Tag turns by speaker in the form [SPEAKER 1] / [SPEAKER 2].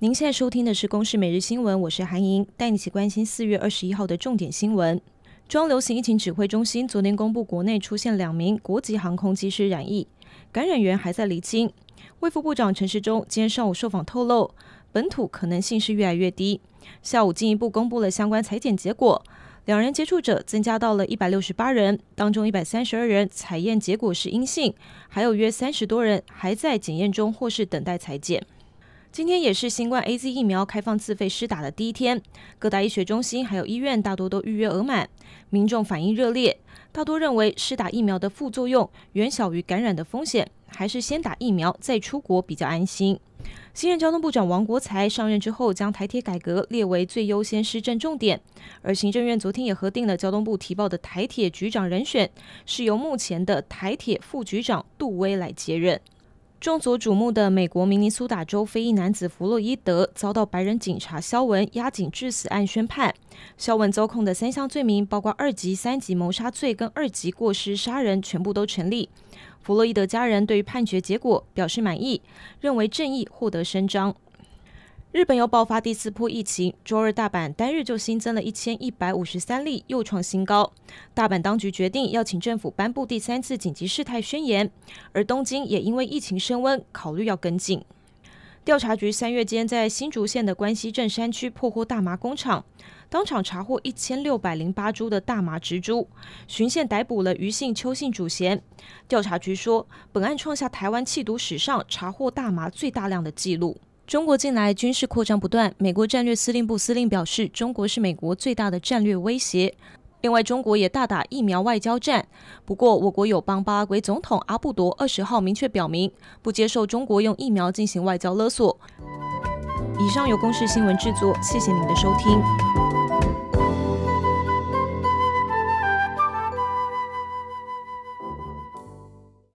[SPEAKER 1] 您现在收听的是《公视每日新闻》，我是韩莹，带你一起关心4月21号的重点新闻。中央流行疫情指挥中心昨天公布，国内出现2名国际航空机师染疫，感染源还在厘清。卫福部长陈时中今天上午受访透露，本土可能性是越来越低。下午进一步公布了相关采检结果，2人接触者增加到了168人，当中132人采验结果是阴性，还有约30多人还在检验中或是等待采检。今天也是新冠 AZ 疫苗开放自费施打的第一天，各大医学中心还有医院大多都预约额满，民众反应热烈，大多认为施打疫苗的副作用远小于感染的风险，还是先打疫苗再出国比较安心。新任交通部长王国材上任之后，将台铁改革列为最优先施政重点，而行政院昨天也核定了交通部提报的台铁局长人选，是由目前的台铁副局长杜威来接任。众所瞩目的美国明尼苏达州非裔男子弗洛伊德遭到白人警察肖文压颈致死案宣判，肖文遭控的3项罪名包括2级、3级谋杀罪跟2级过失杀人，全部都成立。弗洛伊德家人对于判决结果表示满意，认为正义获得伸张。日本又爆发第4波疫情，周二大阪单日就新增了1153例，又创新高。大阪当局决定要请政府颁布第3次紧急事态宣言，而东京也因为疫情升温，考虑要跟进。调查局3月间在新竹县的关西镇山区破获大麻工厂，当场查获1608株的大麻植株，循线逮捕了余姓、邱姓主嫌。调查局说，本案创下台湾缉毒史上查获大麻最大量的纪录。中国近来军事扩张不断，美国战略司令部司令表示，中国是美国最大的战略威胁。另外，中国也大打疫苗外交战。不过，我国友邦巴拉圭总统阿布多20号明确表明，不接受中国用疫苗进行外交勒索。以上由公视新闻制作，谢谢您的收听。